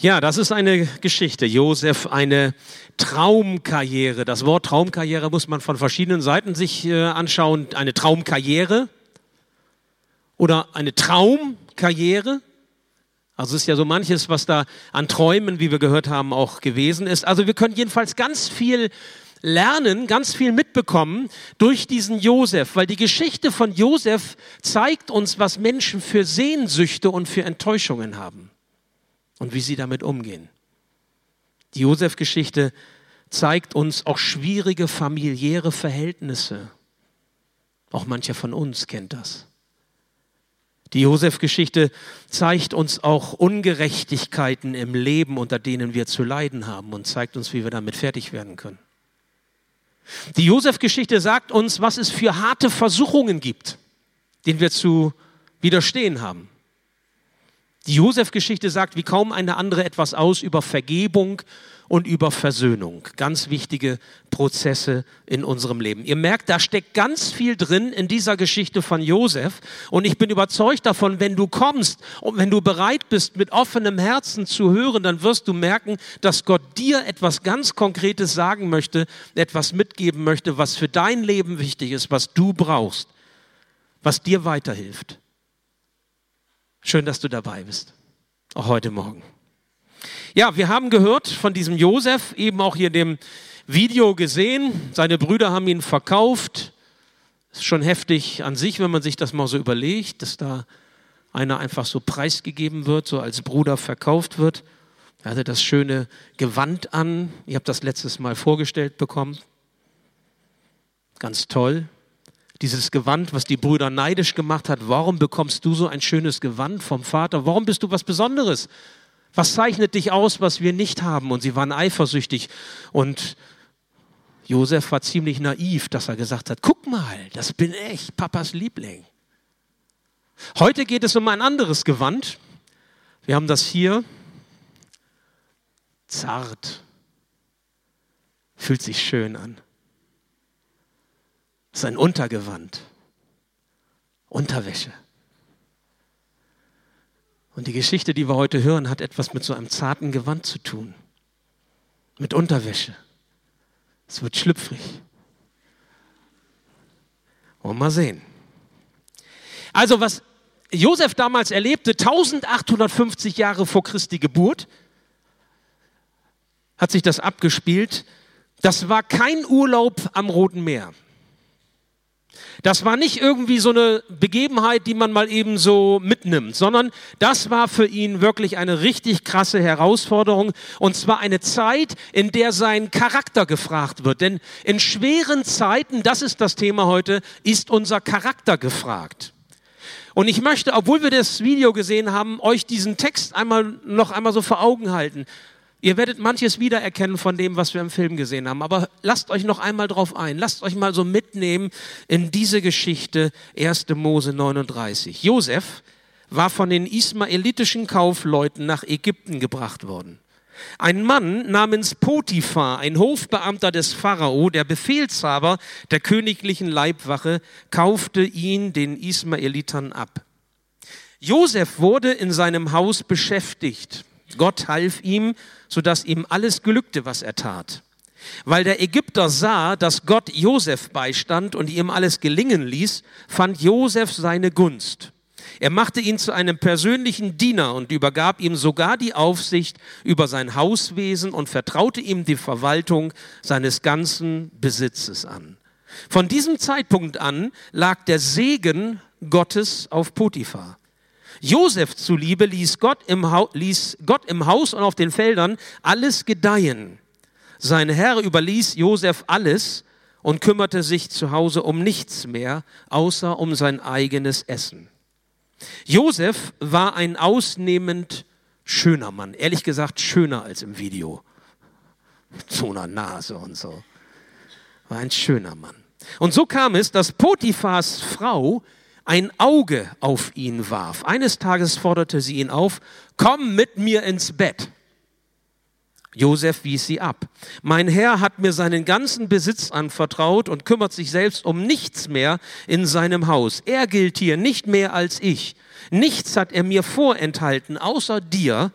Ja, das ist eine Geschichte. Josef, eine Traumkarriere. Das Wort Traumkarriere muss man von verschiedenen Seiten sich anschauen. Eine Traumkarriere oder eine Traumkarriere. Also es ist ja so manches, was da an Träumen, wie wir gehört haben, auch gewesen ist. Also wir können jedenfalls ganz viel lernen, ganz viel mitbekommen durch diesen Josef, weil die Geschichte von Josef zeigt uns, was Menschen für Sehnsüchte und für Enttäuschungen haben und wie sie damit umgehen. Die Josef-Geschichte zeigt uns auch schwierige familiäre Verhältnisse. Auch mancher von uns kennt das. Die Josef-Geschichte zeigt uns auch Ungerechtigkeiten im Leben, unter denen wir zu leiden haben, und zeigt uns, wie wir damit fertig werden können. Die Josef-Geschichte sagt uns, was es für harte Versuchungen gibt, denen wir zu widerstehen haben. Die Josef-Geschichte sagt wie kaum eine andere etwas aus über Vergebung und über Versöhnung. Ganz wichtige Prozesse in unserem Leben. Ihr merkt, da steckt ganz viel drin in dieser Geschichte von Josef. Und ich bin überzeugt davon, wenn du kommst und wenn du bereit bist, mit offenem Herzen zu hören, dann wirst du merken, dass Gott dir etwas ganz Konkretes sagen möchte, etwas mitgeben möchte, was für dein Leben wichtig ist, was du brauchst, was dir weiterhilft. Schön, dass du dabei bist, auch heute Morgen. Ja, wir haben gehört von diesem Josef, eben auch hier in dem Video gesehen. Seine Brüder haben ihn verkauft. Ist schon heftig an sich, wenn man sich das mal so überlegt, dass da einer einfach so preisgegeben wird, so als Bruder verkauft wird. Er hatte das schöne Gewand an. Ihr habt das letztes Mal vorgestellt bekommen. Ganz toll. Dieses Gewand, was die Brüder neidisch gemacht hat. Warum bekommst du so ein schönes Gewand vom Vater? Warum bist du was Besonderes? Was zeichnet dich aus, was wir nicht haben? Und sie waren eifersüchtig. Und Josef war ziemlich naiv, dass er gesagt hat, guck mal, das bin ich, Papas Liebling. Heute geht es um ein anderes Gewand. Wir haben das hier. Zart. Fühlt sich schön an. Das ist ein Untergewand. Unterwäsche. Und die Geschichte, die wir heute hören, hat etwas mit so einem zarten Gewand zu tun. Mit Unterwäsche. Es wird schlüpfrig. Wollen wir mal sehen. Also was Josef damals erlebte, 1850 Jahre vor Christi Geburt, hat sich das abgespielt. Das war kein Urlaub am Roten Meer. Das war nicht irgendwie so eine Begebenheit, die man mal eben so mitnimmt, sondern das war für ihn wirklich eine richtig krasse Herausforderung. Und zwar eine Zeit, in der sein Charakter gefragt wird. Denn in schweren Zeiten, das ist das Thema heute, ist unser Charakter gefragt. Und ich möchte, obwohl wir das Video gesehen haben, euch diesen Text noch einmal so vor Augen halten. Ihr werdet manches wiedererkennen von dem, was wir im Film gesehen haben. Aber lasst euch noch einmal drauf ein. Lasst euch mal so mitnehmen in diese Geschichte 1. Mose 39. Josef war von den ismaelitischen Kaufleuten nach Ägypten gebracht worden. Ein Mann namens Potiphar, ein Hofbeamter des Pharao, der Befehlshaber der königlichen Leibwache, kaufte ihn den Ismaelitern ab. Josef wurde in seinem Haus beschäftigt. Gott half ihm, sodass ihm alles glückte, was er tat. Weil der Ägypter sah, dass Gott Josef beistand und ihm alles gelingen ließ, fand Josef seine Gunst. Er machte ihn zu einem persönlichen Diener und übergab ihm sogar die Aufsicht über sein Hauswesen und vertraute ihm die Verwaltung seines ganzen Besitzes an. Von diesem Zeitpunkt an lag der Segen Gottes auf Potiphar. Josef zuliebe ließ Gott im Haus und auf den Feldern alles gedeihen. Sein Herr überließ Josef alles und kümmerte sich zu Hause um nichts mehr, außer um sein eigenes Essen. Josef war ein ausnehmend schöner Mann, ehrlich gesagt schöner als im Video. Mit so einer Nase und so. War ein schöner Mann. Und so kam es, dass Potiphars Frau ein Auge auf ihn warf. Eines Tages forderte sie ihn auf, komm mit mir ins Bett. Josef wies sie ab. Mein Herr hat mir seinen ganzen Besitz anvertraut und kümmert sich selbst um nichts mehr in seinem Haus. Er gilt hier nicht mehr als ich. Nichts hat er mir vorenthalten, außer dir,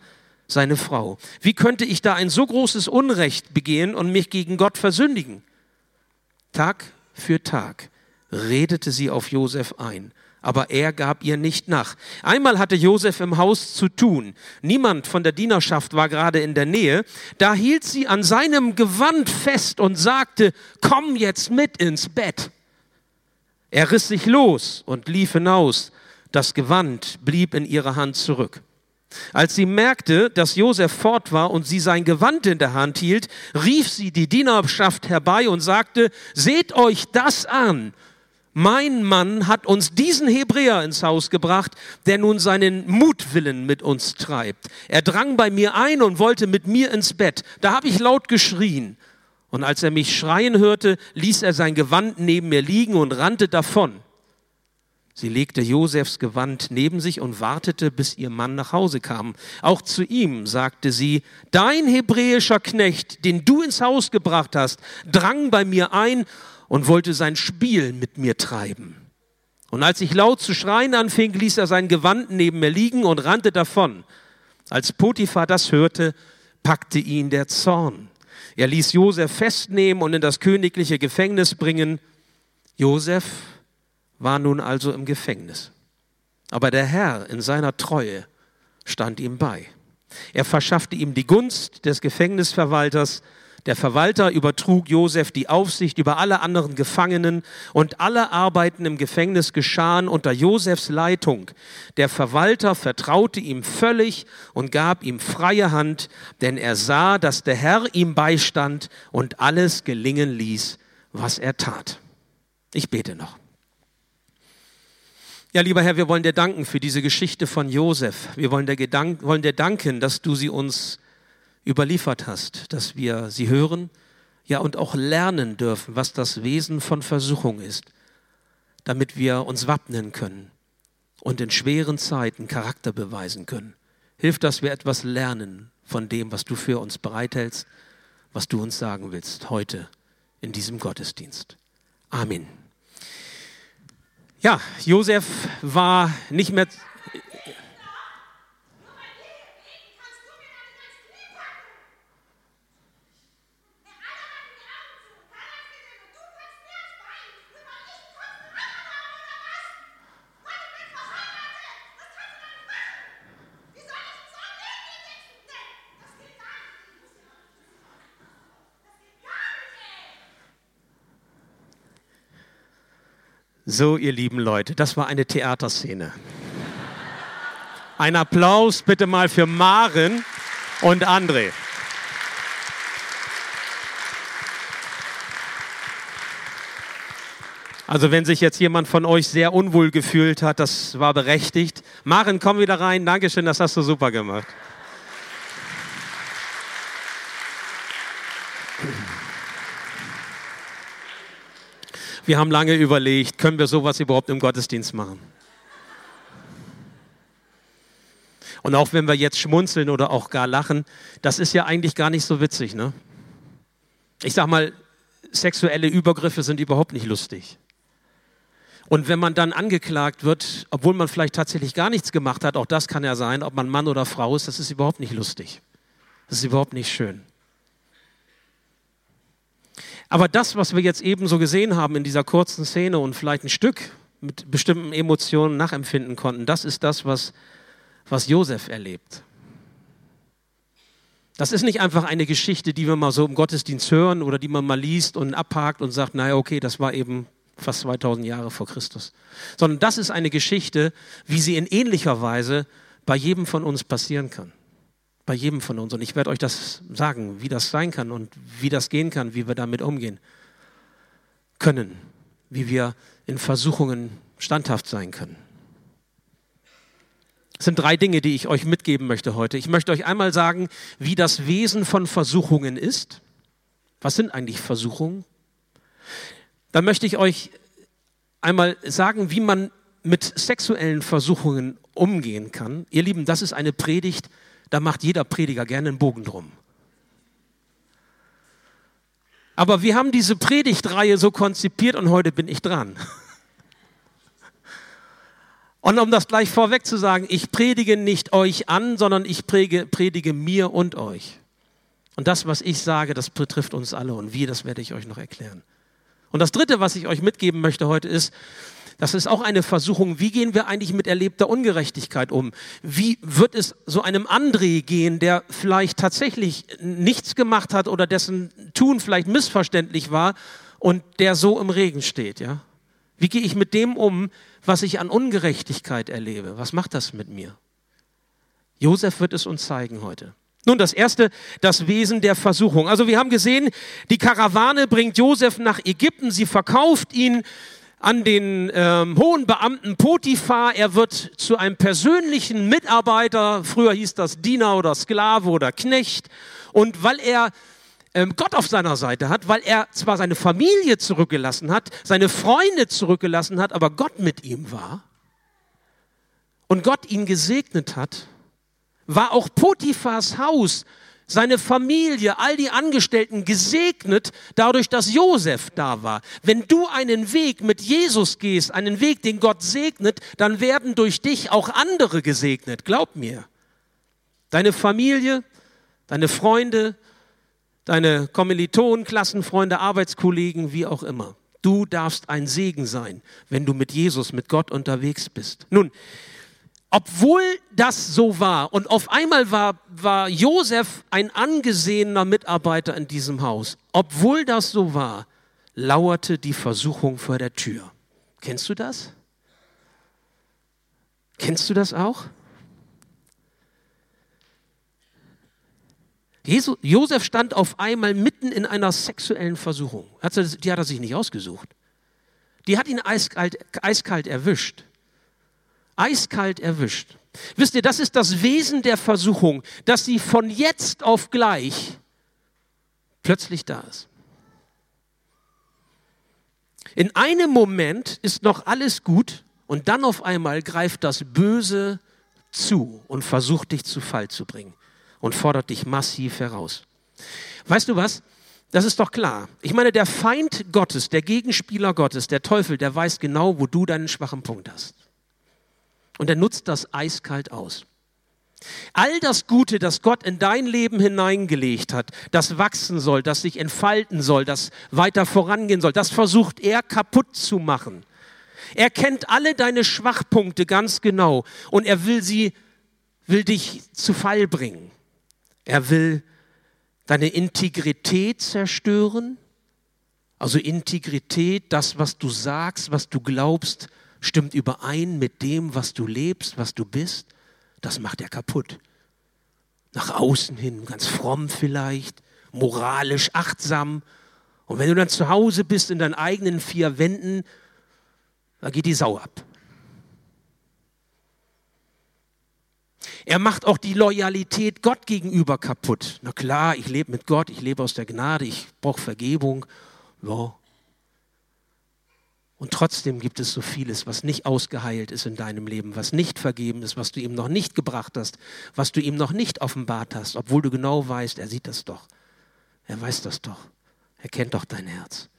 seine Frau. Wie könnte ich da ein so großes Unrecht begehen und mich gegen Gott versündigen? Tag für Tag redete sie auf Josef ein, aber er gab ihr nicht nach. Einmal hatte Josef im Haus zu tun. Niemand von der Dienerschaft war gerade in der Nähe. Da hielt sie an seinem Gewand fest und sagte, komm jetzt mit ins Bett. Er riss sich los und lief hinaus. Das Gewand blieb in ihrer Hand zurück. Als sie merkte, dass Josef fort war und sie sein Gewand in der Hand hielt, rief sie die Dienerschaft herbei und sagte, seht euch das an. Mein Mann hat uns diesen Hebräer ins Haus gebracht, der nun seinen Mutwillen mit uns treibt. Er drang bei mir ein und wollte mit mir ins Bett. Da habe ich laut geschrien. Und als er mich schreien hörte, ließ er sein Gewand neben mir liegen und rannte davon. Sie legte Josefs Gewand neben sich und wartete, bis ihr Mann nach Hause kam. Auch zu ihm sagte sie, dein hebräischer Knecht, den du ins Haus gebracht hast, drang bei mir ein und wollte sein Spiel mit mir treiben. Und als ich laut zu schreien anfing, ließ er sein Gewand neben mir liegen und rannte davon. Als Potiphar das hörte, packte ihn der Zorn. Er ließ Josef festnehmen und in das königliche Gefängnis bringen. Josef war nun also im Gefängnis. Aber der Herr in seiner Treue stand ihm bei. Er verschaffte ihm die Gunst des Gefängnisverwalters. Der Verwalter übertrug Josef die Aufsicht über alle anderen Gefangenen und alle Arbeiten im Gefängnis geschahen unter Josefs Leitung. Der Verwalter vertraute ihm völlig und gab ihm freie Hand, denn er sah, dass der Herr ihm beistand und alles gelingen ließ, was er tat. Ich bete noch. Ja, lieber Herr, wir wollen dir danken für diese Geschichte von Josef. Wir wollen dir danken, dass du sie uns überliefert hast, dass wir sie hören, ja und auch lernen dürfen, was das Wesen von Versuchung ist, damit wir uns wappnen können und in schweren Zeiten Charakter beweisen können. Hilf, dass wir etwas lernen von dem, was du für uns bereithältst, was du uns sagen willst heute in diesem Gottesdienst. Amen. Ja, Josef war nicht mehr... So, ihr lieben Leute, das war eine Theaterszene. Ein Applaus bitte mal für Maren und André. Also wenn sich jetzt jemand von euch sehr unwohl gefühlt hat, das war berechtigt. Maren, komm wieder rein. Dankeschön, das hast du super gemacht. Wir haben lange überlegt, können wir sowas überhaupt im Gottesdienst machen? Und auch wenn wir jetzt schmunzeln oder auch gar lachen, das ist ja eigentlich gar nicht so witzig, ne? Ich sag mal, sexuelle Übergriffe sind überhaupt nicht lustig. Und wenn man dann angeklagt wird, obwohl man vielleicht tatsächlich gar nichts gemacht hat, auch das kann ja sein, ob man Mann oder Frau ist, das ist überhaupt nicht lustig. Das ist überhaupt nicht schön. Aber das, was wir jetzt eben so gesehen haben in dieser kurzen Szene und vielleicht ein Stück mit bestimmten Emotionen nachempfinden konnten, das ist das, was Josef erlebt. Das ist nicht einfach eine Geschichte, die wir mal so im Gottesdienst hören oder die man mal liest und abhakt und sagt, naja, okay, das war eben fast 2000 Jahre vor Christus. Sondern das ist eine Geschichte, wie sie in ähnlicher Weise bei jedem von uns passieren kann. Bei jedem von uns. Und ich werde euch das sagen, wie das sein kann und wie das gehen kann, wie wir damit umgehen können, wie wir in Versuchungen standhaft sein können. Es sind 3 Dinge, die ich euch mitgeben möchte heute. Ich möchte euch einmal sagen, wie das Wesen von Versuchungen ist. Was sind eigentlich Versuchungen? Dann möchte ich euch einmal sagen, wie man mit sexuellen Versuchungen umgehen kann. Ihr Lieben, das ist eine Predigt, da macht jeder Prediger gerne einen Bogen drum. Aber wir haben diese Predigtreihe so konzipiert und heute bin ich dran. Und um das gleich vorweg zu sagen, ich predige nicht euch an, sondern ich predige mir und euch. Und das, was ich sage, das betrifft uns alle. Und wie, das werde ich euch noch erklären. Und das Dritte, was ich euch mitgeben möchte heute ist, das ist auch eine Versuchung, wie gehen wir eigentlich mit erlebter Ungerechtigkeit um? Wie wird es so einem André gehen, der vielleicht tatsächlich nichts gemacht hat oder dessen Tun vielleicht missverständlich war und der so im Regen steht, ja? Wie gehe ich mit dem um, was ich an Ungerechtigkeit erlebe? Was macht das mit mir? Josef wird es uns zeigen heute. Nun, das Erste, das Wesen der Versuchung. Also wir haben gesehen, die Karawane bringt Josef nach Ägypten, sie verkauft ihn an den hohen Beamten Potiphar. Er wird zu einem persönlichen Mitarbeiter, früher hieß das Diener oder Sklave oder Knecht. Und weil er Gott auf seiner Seite hat, weil er zwar seine Familie zurückgelassen hat, seine Freunde zurückgelassen hat, aber Gott mit ihm war und Gott ihn gesegnet hat, war auch Potiphars Haus, seine Familie, all die Angestellten gesegnet, dadurch, dass Josef da war. Wenn du einen Weg mit Jesus gehst, einen Weg, den Gott segnet, dann werden durch dich auch andere gesegnet, glaub mir. Deine Familie, deine Freunde, deine Kommilitonen, Klassenfreunde, Arbeitskollegen, wie auch immer. Du darfst ein Segen sein, wenn du mit Jesus, mit Gott unterwegs bist. Nun, obwohl das so war und auf einmal war Josef ein angesehener Mitarbeiter in diesem Haus, obwohl das so war, lauerte die Versuchung vor der Tür. Kennst du das? Kennst du das auch? Josef stand auf einmal mitten in einer sexuellen Versuchung. Die hat er sich nicht ausgesucht. Die hat ihn eiskalt erwischt. Eiskalt erwischt. Wisst ihr, das ist das Wesen der Versuchung, dass sie von jetzt auf gleich plötzlich da ist. In einem Moment ist noch alles gut und dann auf einmal greift das Böse zu und versucht dich zu Fall zu bringen und fordert dich massiv heraus. Weißt du was? Das ist doch klar. Ich meine, der Feind Gottes, der Gegenspieler Gottes, der Teufel, der weiß genau, wo du deinen schwachen Punkt hast. Und er nutzt das eiskalt aus. All das Gute, das Gott in dein Leben hineingelegt hat, das wachsen soll, das sich entfalten soll, das weiter vorangehen soll, das versucht er kaputt zu machen. Er kennt alle deine Schwachpunkte ganz genau und er will dich zu Fall bringen. Er will deine Integrität zerstören. Also Integrität, das, was du sagst, was du glaubst, stimmt überein mit dem, was du lebst, was du bist. Das macht er kaputt. Nach außen hin, ganz fromm vielleicht, moralisch achtsam. Und wenn du dann zu Hause bist in deinen eigenen vier Wänden, da geht die Sau ab. Er macht auch die Loyalität Gott gegenüber kaputt. Na klar, ich lebe mit Gott, ich lebe aus der Gnade, ich brauche Vergebung. Ja. Und trotzdem gibt es so vieles, was nicht ausgeheilt ist in deinem Leben, was nicht vergeben ist, was du ihm noch nicht gebracht hast, was du ihm noch nicht offenbart hast, obwohl du genau weißt, er sieht das doch. Er weiß das doch. Er kennt doch dein Herz.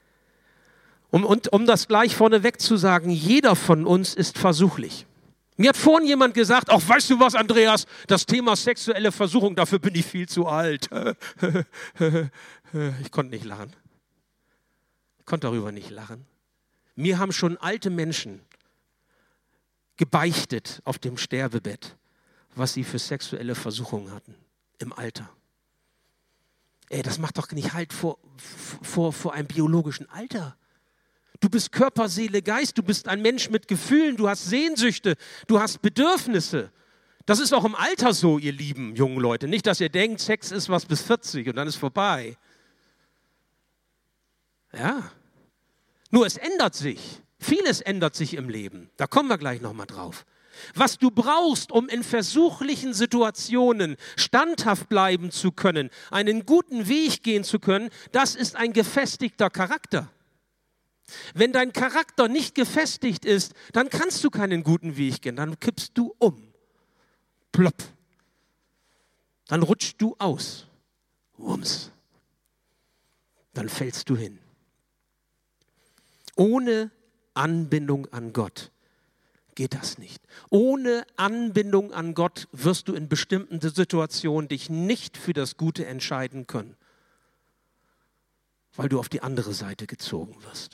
Um das gleich vorneweg zu sagen, jeder von uns ist versuchlich. Mir hat vorhin jemand gesagt, ach, weißt du was, Andreas, das Thema sexuelle Versuchung, dafür bin ich viel zu alt. Ich konnte nicht lachen. Ich konnte darüber nicht lachen. Mir haben schon alte Menschen gebeichtet auf dem Sterbebett, was sie für sexuelle Versuchungen hatten im Alter. Das macht doch nicht Halt vor einem biologischen Alter. Du bist Körper, Seele, Geist, du bist ein Mensch mit Gefühlen, du hast Sehnsüchte, du hast Bedürfnisse. Das ist auch im Alter so, ihr lieben jungen Leute. Nicht, dass ihr denkt, Sex ist was bis 40 und dann ist vorbei. Ja. Nur es ändert sich. Vieles ändert sich im Leben. Da kommen wir gleich nochmal drauf. Was du brauchst, um in versuchlichen Situationen standhaft bleiben zu können, einen guten Weg gehen zu können, das ist ein gefestigter Charakter. Wenn dein Charakter nicht gefestigt ist, dann kannst du keinen guten Weg gehen, dann kippst du um. Plopp. Dann rutschst du aus. Wumms. Dann fällst du hin. Ohne Anbindung an Gott geht das nicht. Ohne Anbindung an Gott wirst du in bestimmten Situationen dich nicht für das Gute entscheiden können, weil du auf die andere Seite gezogen wirst.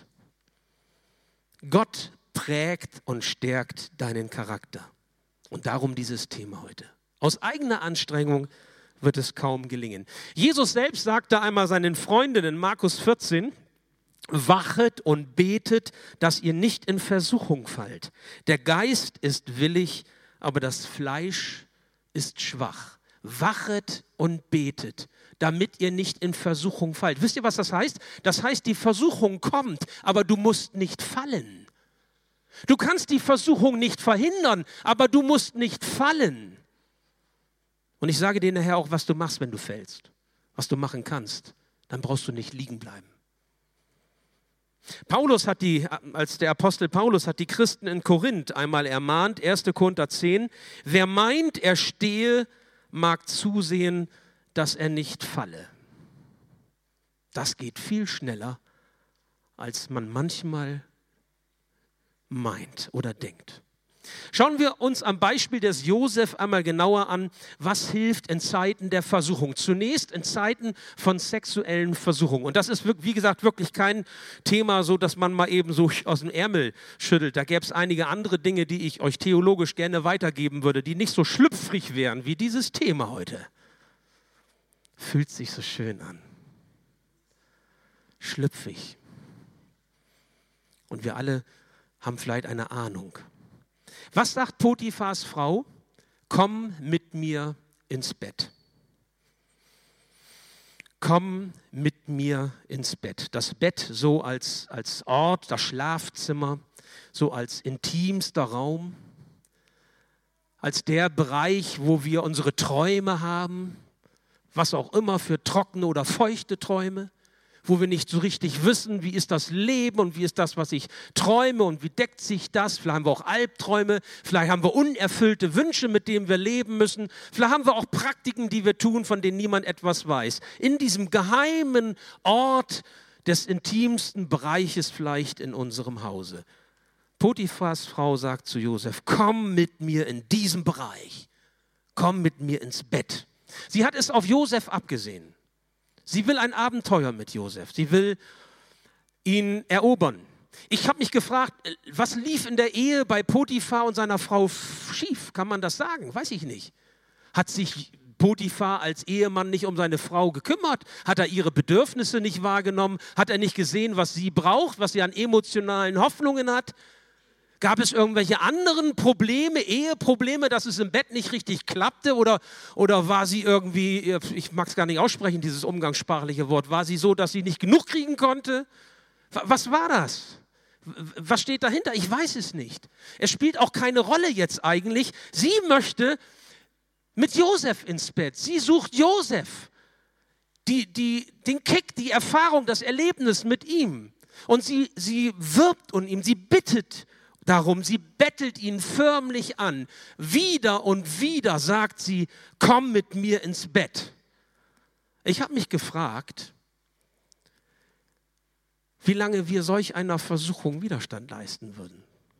Gott prägt und stärkt deinen Charakter. Und darum dieses Thema heute. Aus eigener Anstrengung wird es kaum gelingen. Jesus selbst sagte einmal seinen Freundinnen in Markus 14, wachet und betet, dass ihr nicht in Versuchung fallt. Der Geist ist willig, aber das Fleisch ist schwach. Wachet und betet, damit ihr nicht in Versuchung fallt. Wisst ihr, was das heißt? Das heißt, die Versuchung kommt, aber du musst nicht fallen. Du kannst die Versuchung nicht verhindern, aber du musst nicht fallen. Und ich sage dir nachher auch, was du machst, wenn du fällst. Was du machen kannst. Dann brauchst du nicht liegen bleiben. Der Apostel Paulus hat die Christen in Korinth einmal ermahnt, 1. Korinther 10, wer meint, er stehe, mag zusehen, dass er nicht falle. Das geht viel schneller, als man manchmal meint oder denkt. Schauen wir uns am Beispiel des Josef einmal genauer an, was hilft in Zeiten der Versuchung. Zunächst in Zeiten von sexuellen Versuchungen. Und das ist, wie gesagt, wirklich kein Thema, so dass man mal eben so aus dem Ärmel schüttelt. Da gäbe es einige andere Dinge, die ich euch theologisch gerne weitergeben würde, die nicht so schlüpfrig wären wie dieses Thema heute. Fühlt sich so schön an. Schlüpfrig. Und wir alle haben vielleicht eine Ahnung. Was sagt Potiphars Frau? Komm mit mir ins Bett. Komm mit mir ins Bett. Das Bett so als Ort, das Schlafzimmer, so als intimster Raum, als der Bereich, wo wir unsere Träume haben, was auch immer für trockene oder feuchte Träume, wo wir nicht so richtig wissen, wie ist das Leben und wie ist das, was ich träume und wie deckt sich das. Vielleicht haben wir auch Albträume, vielleicht haben wir unerfüllte Wünsche, mit denen wir leben müssen. Vielleicht haben wir auch Praktiken, die wir tun, von denen niemand etwas weiß. In diesem geheimen Ort des intimsten Bereiches vielleicht in unserem Hause. Potiphars Frau sagt zu Josef, komm mit mir in diesem Bereich. Komm mit mir ins Bett. Sie hat es auf Josef abgesehen. Sie will ein Abenteuer mit Josef. Sie will ihn erobern. Ich habe mich gefragt, was lief in der Ehe bei Potiphar und seiner Frau schief? Kann man das sagen? Weiß ich nicht. Hat sich Potiphar als Ehemann nicht um seine Frau gekümmert? Hat er ihre Bedürfnisse nicht wahrgenommen? Hat er nicht gesehen, was sie braucht, was sie an emotionalen Hoffnungen hat? Gab es irgendwelche anderen Probleme, Eheprobleme, dass es im Bett nicht richtig klappte? Oder war sie irgendwie, ich mag es gar nicht aussprechen, dieses umgangssprachliche Wort, war sie so, dass sie nicht genug kriegen konnte? Was war das? Was steht dahinter? Ich weiß es nicht. Es spielt auch keine Rolle jetzt eigentlich. Sie möchte mit Josef ins Bett. Sie sucht Josef. Den Kick, die Erfahrung, das Erlebnis mit ihm. Und sie wirbt um ihn, sie bittet darum, sie bettelt ihn förmlich an. Wieder und wieder sagt sie, komm mit mir ins Bett. Ich habe mich gefragt, wie lange wir solch einer Versuchung Widerstand leisten würden.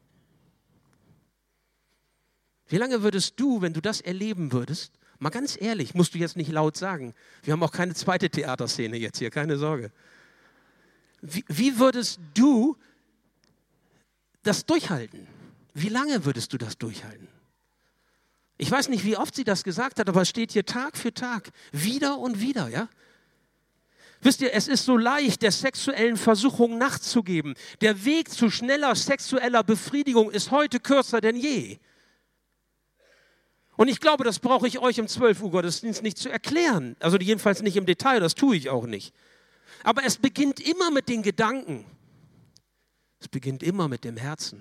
Wie lange würdest du, wenn du das erleben würdest, mal ganz ehrlich, musst du jetzt nicht laut sagen, wir haben auch keine zweite Theaterszene jetzt hier, keine Sorge. Wie würdest du das durchhalten? Wie lange würdest du das durchhalten? Ich weiß nicht, wie oft sie das gesagt hat, aber es steht hier Tag für Tag, wieder und wieder, ja? Wisst ihr, es ist so leicht, der sexuellen Versuchung nachzugeben. Der Weg zu schneller sexueller Befriedigung ist heute kürzer denn je. Und ich glaube, das brauche ich euch im 12 Uhr Gottesdienst nicht zu erklären. Also jedenfalls nicht im Detail, das tue ich auch nicht. Aber es beginnt immer mit den Gedanken. Es beginnt immer mit dem Herzen.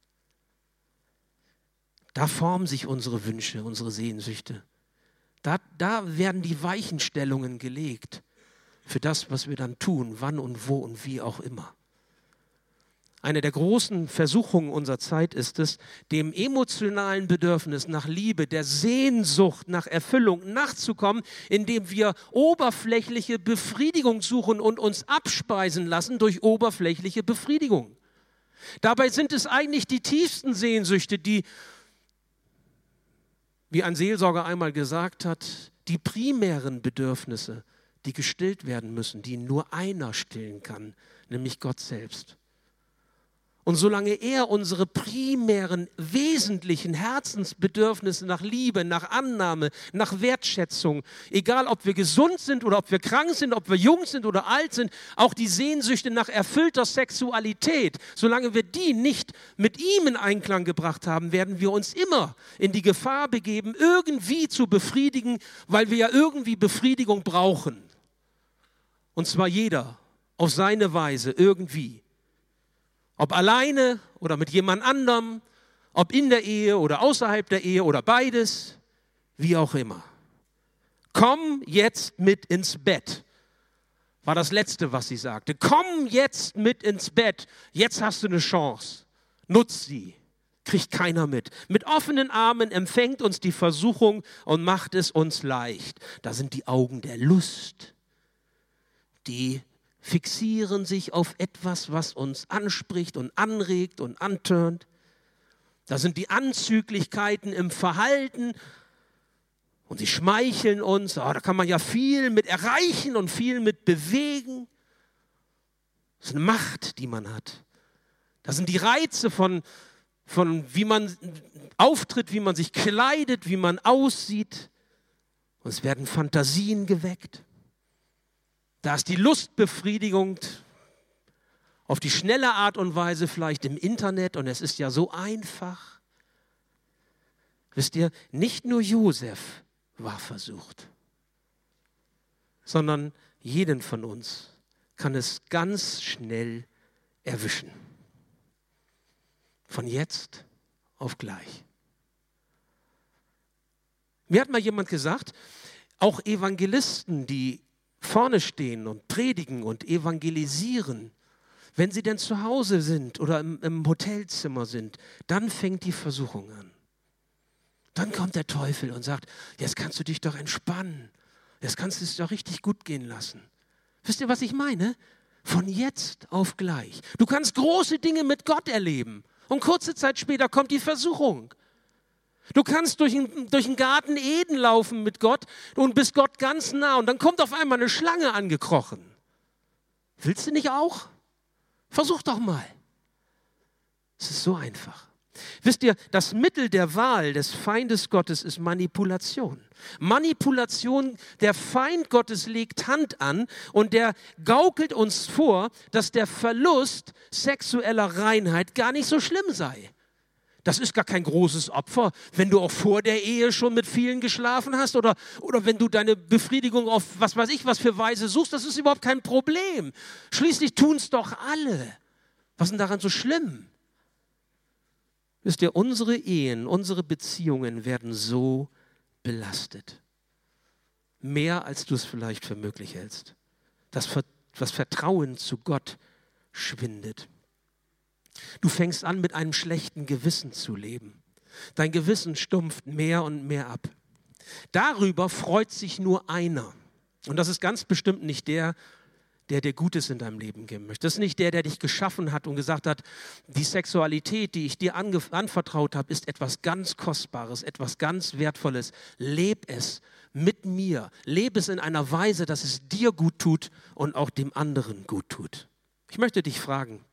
Da formen sich unsere Wünsche, unsere Sehnsüchte. Da werden die Weichenstellungen gelegt für das, was wir dann tun, wann und wo und wie auch immer. Eine der großen Versuchungen unserer Zeit ist es, dem emotionalen Bedürfnis nach Liebe, der Sehnsucht nach Erfüllung nachzukommen, indem wir oberflächliche Befriedigung suchen und uns abspeisen lassen durch oberflächliche Befriedigung. Dabei sind es eigentlich die tiefsten Sehnsüchte, die, wie ein Seelsorger einmal gesagt hat, die primären Bedürfnisse, die gestillt werden müssen, die nur einer stillen kann, nämlich Gott selbst. Und solange er unsere primären, wesentlichen Herzensbedürfnisse nach Liebe, nach Annahme, nach Wertschätzung, egal ob wir gesund sind oder ob wir krank sind, ob wir jung sind oder alt sind, auch die Sehnsüchte nach erfüllter Sexualität, solange wir die nicht mit ihm in Einklang gebracht haben, werden wir uns immer in die Gefahr begeben, irgendwie zu befriedigen, weil wir ja irgendwie Befriedigung brauchen. Und zwar jeder auf seine Weise irgendwie. Ob alleine oder mit jemand anderem, ob in der Ehe oder außerhalb der Ehe oder beides, wie auch immer. Komm jetzt mit ins Bett, war das Letzte, was sie sagte. Komm jetzt mit ins Bett, jetzt hast du eine Chance. Nutz sie, kriegt keiner mit. Mit offenen Armen empfängt uns die Versuchung und macht es uns leicht. Da sind die Augen der Lust, die fixieren sich auf etwas, was uns anspricht und anregt und antörnt. Da sind die Anzüglichkeiten im Verhalten und sie schmeicheln uns. Da kann man ja viel mit erreichen und viel mit bewegen. Das ist eine Macht, die man hat. Das sind die Reize von wie man auftritt, wie man sich kleidet, wie man aussieht. Und es werden Fantasien geweckt. Da ist die Lustbefriedigung auf die schnelle Art und Weise vielleicht im Internet und es ist ja so einfach. Wisst ihr, nicht nur Josef war versucht, sondern jeden von uns kann es ganz schnell erwischen. Von jetzt auf gleich. Mir hat mal jemand gesagt, auch Evangelisten, die vorne stehen und predigen und evangelisieren, wenn sie denn zu Hause sind oder im Hotelzimmer sind, dann fängt die Versuchung an. Dann kommt der Teufel und sagt, jetzt kannst du dich doch entspannen, jetzt kannst du es doch richtig gut gehen lassen. Wisst ihr, was ich meine? Von jetzt auf gleich. Du kannst große Dinge mit Gott erleben und kurze Zeit später kommt die Versuchung. Du kannst durch den Garten Eden laufen mit Gott und bist Gott ganz nah und dann kommt auf einmal eine Schlange angekrochen. Willst du nicht auch? Versuch doch mal. Es ist so einfach. Wisst ihr, das Mittel der Wahl des Feindes Gottes ist Manipulation. Manipulation, der Feind Gottes legt Hand an und der gaukelt uns vor, dass der Verlust sexueller Reinheit gar nicht so schlimm sei. Das ist gar kein großes Opfer, wenn du auch vor der Ehe schon mit vielen geschlafen hast oder wenn du deine Befriedigung auf was weiß ich was für Weise suchst, das ist überhaupt kein Problem. Schließlich tun es doch alle. Was ist denn daran so schlimm? Wisst ihr, unsere Ehen, unsere Beziehungen werden so belastet. Mehr als du es vielleicht für möglich hältst. Das Vertrauen zu Gott schwindet. Du fängst an, mit einem schlechten Gewissen zu leben. Dein Gewissen stumpft mehr und mehr ab. Darüber freut sich nur einer. Und das ist ganz bestimmt nicht der dir Gutes in deinem Leben geben möchte. Das ist nicht der dich geschaffen hat und gesagt hat, die Sexualität, die ich dir anvertraut habe, ist etwas ganz Kostbares, etwas ganz Wertvolles. Leb es mit mir. Leb es in einer Weise, dass es dir gut tut und auch dem anderen gut tut. Ich möchte dich fragen,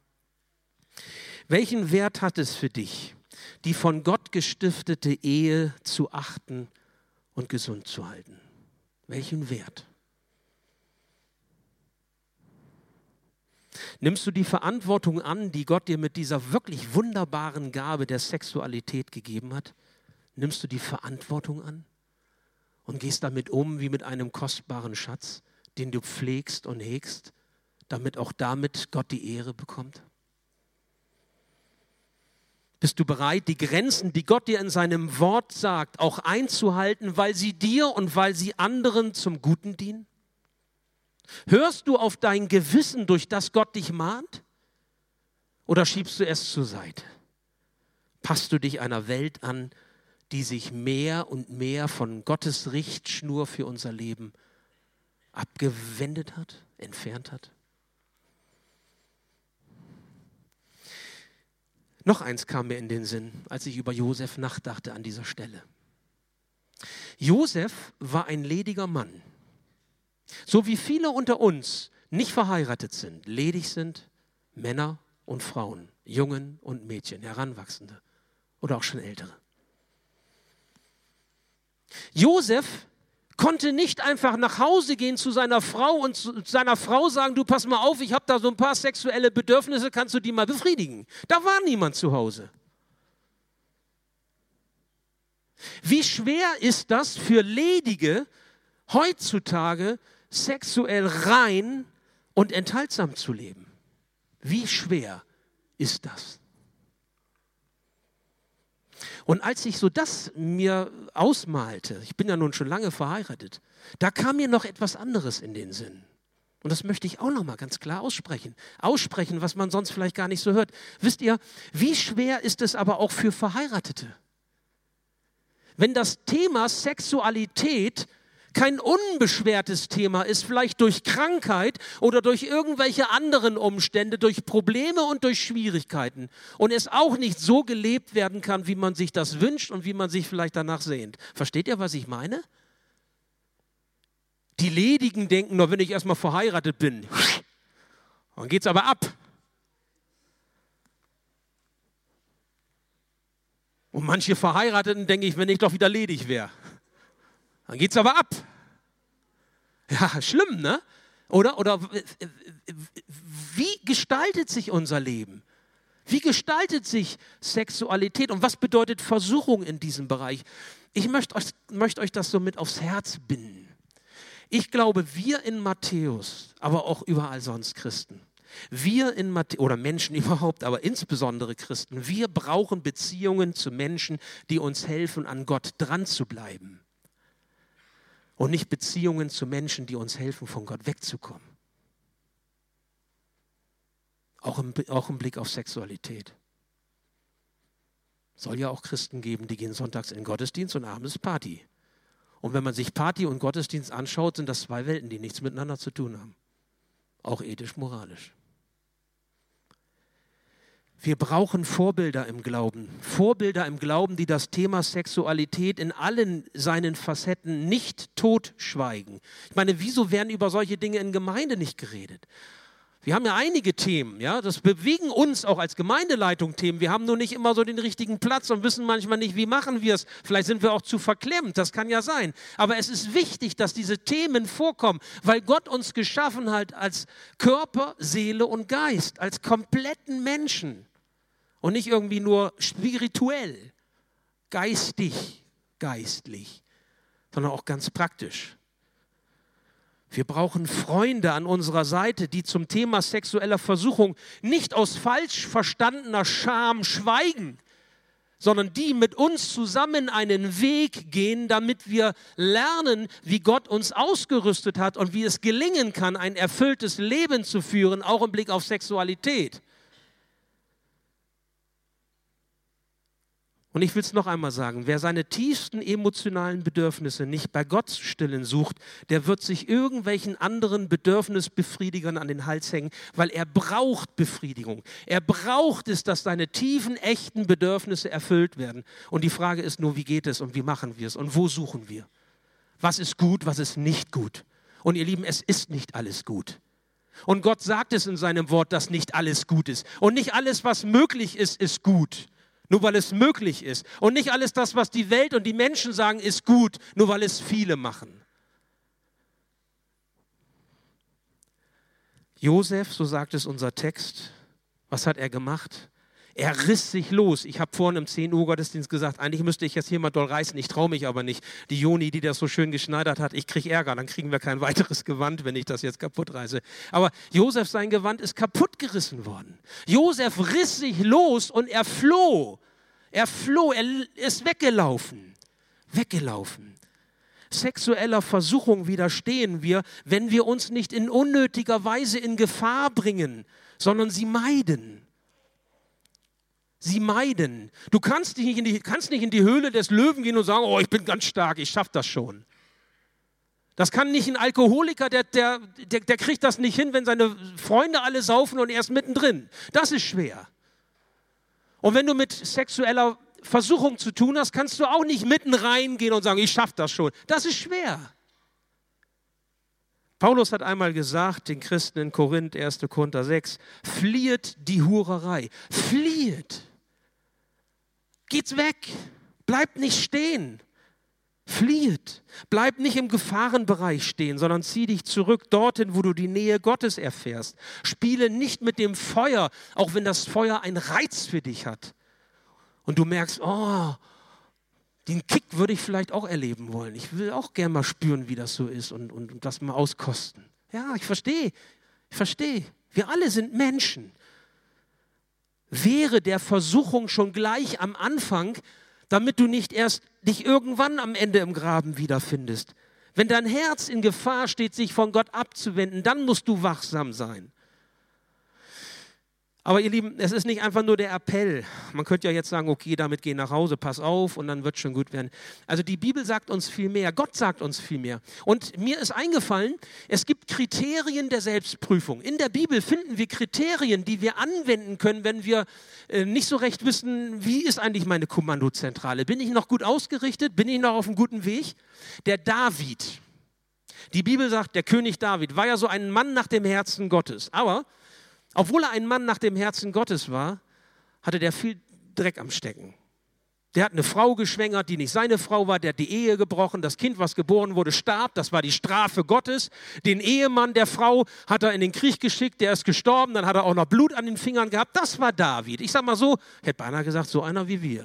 welchen Wert hat es für dich, die von Gott gestiftete Ehe zu achten und gesund zu halten? Welchen Wert? Nimmst du die Verantwortung an, die Gott dir mit dieser wirklich wunderbaren Gabe der Sexualität gegeben hat? Nimmst du die Verantwortung an und gehst damit um wie mit einem kostbaren Schatz, den du pflegst und hegst, damit auch damit Gott die Ehre bekommt? Bist du bereit, die Grenzen, die Gott dir in seinem Wort sagt, auch einzuhalten, weil sie dir und weil sie anderen zum Guten dienen? Hörst du auf dein Gewissen, durch das Gott dich mahnt? Oder schiebst du es zur Seite? Passt du dich einer Welt an, die sich mehr und mehr von Gottes Richtschnur für unser Leben abgewendet hat, entfernt hat? Noch eins kam mir in den Sinn, als ich über Josef nachdachte an dieser Stelle. Josef war ein lediger Mann. So wie viele unter uns nicht verheiratet sind, ledig sind, Männer und Frauen, Jungen und Mädchen, Heranwachsende oder auch schon Ältere. Josef konnte nicht einfach nach Hause gehen zu seiner Frau und zu seiner Frau sagen, du pass mal auf, ich habe da so ein paar sexuelle Bedürfnisse, kannst du die mal befriedigen? Da war niemand zu Hause. Wie schwer ist das für Ledige, heutzutage sexuell rein und enthaltsam zu leben? Wie schwer ist das? Und als ich so das mir ausmalte, ich bin ja nun schon lange verheiratet, da kam mir noch etwas anderes in den Sinn. Und das möchte ich auch noch mal ganz klar aussprechen. Aussprechen, was man sonst vielleicht gar nicht so hört. Wisst ihr, wie schwer ist es aber auch für Verheiratete? Wenn das Thema Sexualität kein unbeschwertes Thema ist, vielleicht durch Krankheit oder durch irgendwelche anderen Umstände, durch Probleme und durch Schwierigkeiten und es auch nicht so gelebt werden kann, wie man sich das wünscht und wie man sich vielleicht danach sehnt. Versteht ihr, was ich meine? Die Ledigen denken nur, wenn ich erstmal verheiratet bin, dann geht's aber ab. Und manche Verheirateten denke ich, wenn ich doch wieder ledig wäre, dann geht's aber ab. Ja, schlimm, ne? Oder wie gestaltet sich unser Leben? Wie gestaltet sich Sexualität und was bedeutet Versuchung in diesem Bereich? Ich möchte euch das so mit aufs Herz binden. Ich glaube, wir in Matthäus, aber auch überall sonst Christen, wir in Matthäus, oder Menschen überhaupt, aber insbesondere Christen, wir brauchen Beziehungen zu Menschen, die uns helfen, an Gott dran zu bleiben. Und nicht Beziehungen zu Menschen, die uns helfen, von Gott wegzukommen. Auch im Blick auf Sexualität. Soll ja auch Christen geben, die gehen sonntags in den Gottesdienst und abends Party. Und wenn man sich Party und Gottesdienst anschaut, sind das zwei Welten, die nichts miteinander zu tun haben. Auch ethisch, moralisch. Wir brauchen Vorbilder im Glauben. Vorbilder im Glauben, die das Thema Sexualität in allen seinen Facetten nicht totschweigen. Ich meine, wieso werden über solche Dinge in Gemeinde nicht geredet? Wir haben ja einige Themen, ja, das bewegen uns auch als Gemeindeleitung Themen. Wir haben nur nicht immer so den richtigen Platz und wissen manchmal nicht, wie machen wir es. Vielleicht sind wir auch zu verklemmt, das kann ja sein. Aber es ist wichtig, dass diese Themen vorkommen, weil Gott uns geschaffen hat als Körper, Seele und Geist, als kompletten Menschen. Und nicht irgendwie nur spirituell, geistlich, sondern auch ganz praktisch. Wir brauchen Freunde an unserer Seite, die zum Thema sexueller Versuchung nicht aus falsch verstandener Scham schweigen, sondern die mit uns zusammen einen Weg gehen, damit wir lernen, wie Gott uns ausgerüstet hat und wie es gelingen kann, ein erfülltes Leben zu führen, auch im Blick auf Sexualität. Und ich will es noch einmal sagen, wer seine tiefsten emotionalen Bedürfnisse nicht bei Gott zu stillen sucht, der wird sich irgendwelchen anderen Bedürfnisbefriedigern an den Hals hängen, weil er braucht Befriedigung. Er braucht es, dass seine tiefen, echten Bedürfnisse erfüllt werden. Und die Frage ist nur, wie geht es und wie machen wir es und wo suchen wir? Was ist gut, was ist nicht gut? Und ihr Lieben, es ist nicht alles gut. Und Gott sagt es in seinem Wort, dass nicht alles gut ist. Und nicht alles, was möglich ist, ist gut. Nur weil es möglich ist. Und nicht alles das, was die Welt und die Menschen sagen, ist gut, nur weil es viele machen. Josef, so sagt es unser Text, was hat er gemacht? Er riss sich los. Ich habe vorhin im 10 Uhr Gottesdienst gesagt, eigentlich müsste ich jetzt hier mal doll reißen, ich traue mich aber nicht. Die Joni, die das so schön geschneidert hat, ich kriege Ärger, dann kriegen wir kein weiteres Gewand, wenn ich das jetzt kaputt reiße. Aber Josef, sein Gewand ist kaputt gerissen worden. Josef riss sich los und er floh. Er floh, er ist weggelaufen. Sexueller Versuchung widerstehen wir, wenn wir uns nicht in unnötiger Weise in Gefahr bringen, sondern sie meiden. Du kannst nicht in die Höhle des Löwen gehen und sagen, oh, ich bin ganz stark, ich schaffe das schon. Das kann nicht ein Alkoholiker, der kriegt das nicht hin, wenn seine Freunde alle saufen und er ist mittendrin. Das ist schwer. Und wenn du mit sexueller Versuchung zu tun hast, kannst du auch nicht mitten reingehen und sagen, ich schaffe das schon. Das ist schwer. Paulus hat einmal gesagt, den Christen in Korinth, 1. Korinther 6, flieht die Hurerei. Flieht. Geht's weg. Bleibt nicht stehen. Flieht. Bleib nicht im Gefahrenbereich stehen, sondern zieh dich zurück dorthin, wo du die Nähe Gottes erfährst. Spiele nicht mit dem Feuer, auch wenn das Feuer einen Reiz für dich hat. Und du merkst, oh, den Kick würde ich vielleicht auch erleben wollen. Ich will auch gerne mal spüren, wie das so ist und das mal auskosten. Ja, ich verstehe. Wir alle sind Menschen. Wehre der Versuchung schon gleich am Anfang, damit du nicht erst dich irgendwann am Ende im Graben wiederfindest. Wenn dein Herz in Gefahr steht, sich von Gott abzuwenden, dann musst du wachsam sein. Aber ihr Lieben, es ist nicht einfach nur der Appell. Man könnte ja jetzt sagen, okay, damit geh nach Hause, pass auf und dann wird schon gut werden. Also die Bibel sagt uns viel mehr, Gott sagt uns viel mehr. Und mir ist eingefallen, es gibt Kriterien der Selbstprüfung. In der Bibel finden wir Kriterien, die wir anwenden können, wenn wir nicht so recht wissen, wie ist eigentlich meine Kommandozentrale? Bin ich noch gut ausgerichtet? Bin ich noch auf einem guten Weg? Der David, die Bibel sagt, der König David war ja so ein Mann nach dem Herzen Gottes. Aber obwohl er ein Mann nach dem Herzen Gottes war, hatte der viel Dreck am Stecken. Der hat eine Frau geschwängert, die nicht seine Frau war, der hat die Ehe gebrochen, das Kind, was geboren wurde, starb, das war die Strafe Gottes. Den Ehemann der Frau hat er in den Krieg geschickt, der ist gestorben, dann hat er auch noch Blut an den Fingern gehabt. Das war David. Ich sag mal so, hätte beinahe gesagt, so einer wie wir.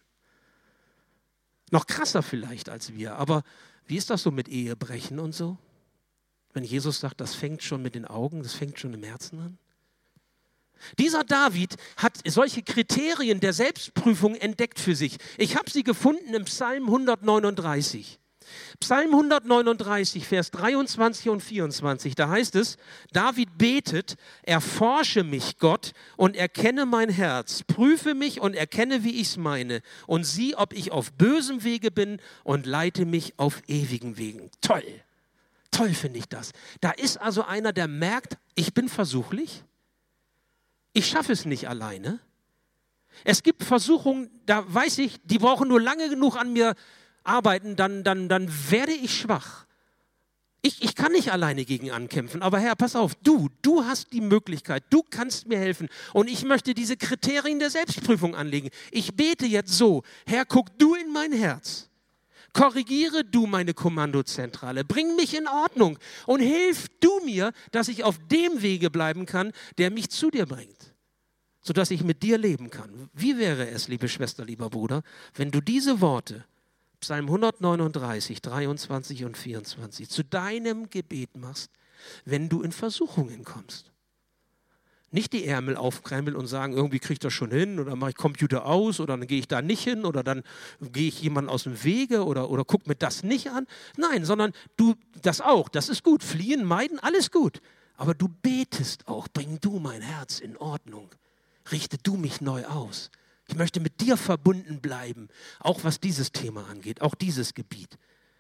Noch krasser vielleicht als wir, aber wie ist das so mit Ehebrechen und so? Wenn Jesus sagt, das fängt schon mit den Augen, das fängt schon im Herzen an. Dieser David hat solche Kriterien der Selbstprüfung entdeckt für sich. Ich habe sie gefunden im Psalm 139. Psalm 139, Vers 23 und 24, da heißt es, David betet, erforsche mich, Gott, und erkenne mein Herz, prüfe mich und erkenne, wie ich es meine, und sieh, ob ich auf bösem Wege bin und leite mich auf ewigen Wegen. Toll, toll finde ich das. Da ist also einer, der merkt, ich bin versuchlich. Ich schaffe es nicht alleine. Es gibt Versuchungen, da weiß ich, die brauchen nur lange genug an mir arbeiten, dann werde ich schwach. Ich kann nicht alleine gegen ankämpfen, aber Herr, pass auf, du hast die Möglichkeit, du kannst mir helfen und ich möchte diese Kriterien der Selbstprüfung anlegen. Ich bete jetzt so, Herr, guck du in mein Herz. Korrigiere du meine Kommandozentrale, bring mich in Ordnung und hilf du mir, dass ich auf dem Wege bleiben kann, der mich zu dir bringt, sodass ich mit dir leben kann. Wie wäre es, liebe Schwester, lieber Bruder, wenn du diese Worte, Psalm 139, 23 und 24, zu deinem Gebet machst, wenn du in Versuchungen kommst? Nicht die Ärmel aufkrempeln und sagen, irgendwie kriege ich das schon hin oder mache ich Computer aus oder dann gehe ich da nicht hin oder dann gehe ich jemandem aus dem Wege oder guck mir das nicht an. Nein, sondern du das auch, das ist gut. Fliehen, meiden, alles gut. Aber du betest auch, bring du mein Herz in Ordnung. Richte du mich neu aus. Ich möchte mit dir verbunden bleiben, auch was dieses Thema angeht, auch dieses Gebiet.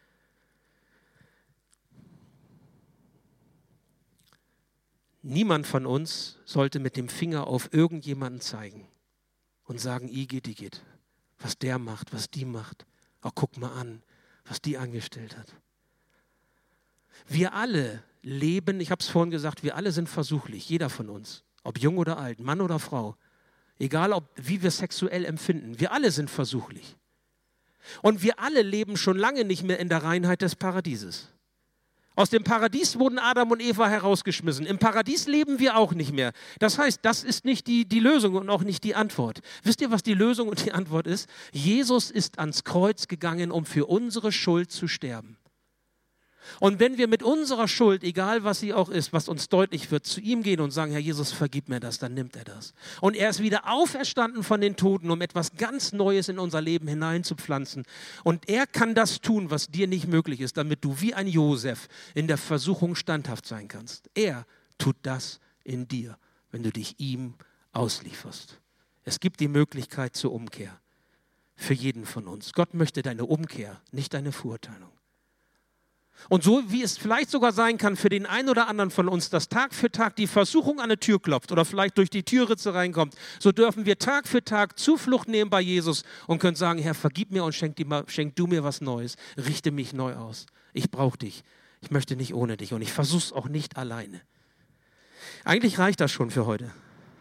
Niemand von uns sollte mit dem Finger auf irgendjemanden zeigen und sagen, Igitt, was der macht, was die macht. Oh, guck mal an, was die angestellt hat. Wir alle leben, ich habe es vorhin gesagt, wir alle sind versuchlich, jeder von uns, ob jung oder alt, Mann oder Frau, egal wie wir sexuell empfinden, wir alle sind versuchlich. Und wir alle leben schon lange nicht mehr in der Reinheit des Paradieses. Aus dem Paradies wurden Adam und Eva herausgeschmissen. Im Paradies leben wir auch nicht mehr. Das heißt, das ist nicht die Lösung und auch nicht die Antwort. Wisst ihr, was die Lösung und die Antwort ist? Jesus ist ans Kreuz gegangen, um für unsere Schuld zu sterben. Und wenn wir mit unserer Schuld, egal was sie auch ist, was uns deutlich wird, zu ihm gehen und sagen, Herr Jesus, vergib mir das, dann nimmt er das. Und er ist wieder auferstanden von den Toten, um etwas ganz Neues in unser Leben hineinzupflanzen. Und er kann das tun, was dir nicht möglich ist, damit du wie ein Josef in der Versuchung standhaft sein kannst. Er tut das in dir, wenn du dich ihm auslieferst. Es gibt die Möglichkeit zur Umkehr für jeden von uns. Gott möchte deine Umkehr, nicht deine Verurteilung. Und so wie es vielleicht sogar sein kann für den einen oder anderen von uns, dass Tag für Tag die Versuchung an die Tür klopft oder vielleicht durch die Türritze reinkommt, so dürfen wir Tag für Tag Zuflucht nehmen bei Jesus und können sagen, Herr, vergib mir und schenk du mir was Neues, richte mich neu aus. Ich brauche dich. Ich möchte nicht ohne dich und ich versuche es auch nicht alleine. Eigentlich reicht das schon für heute.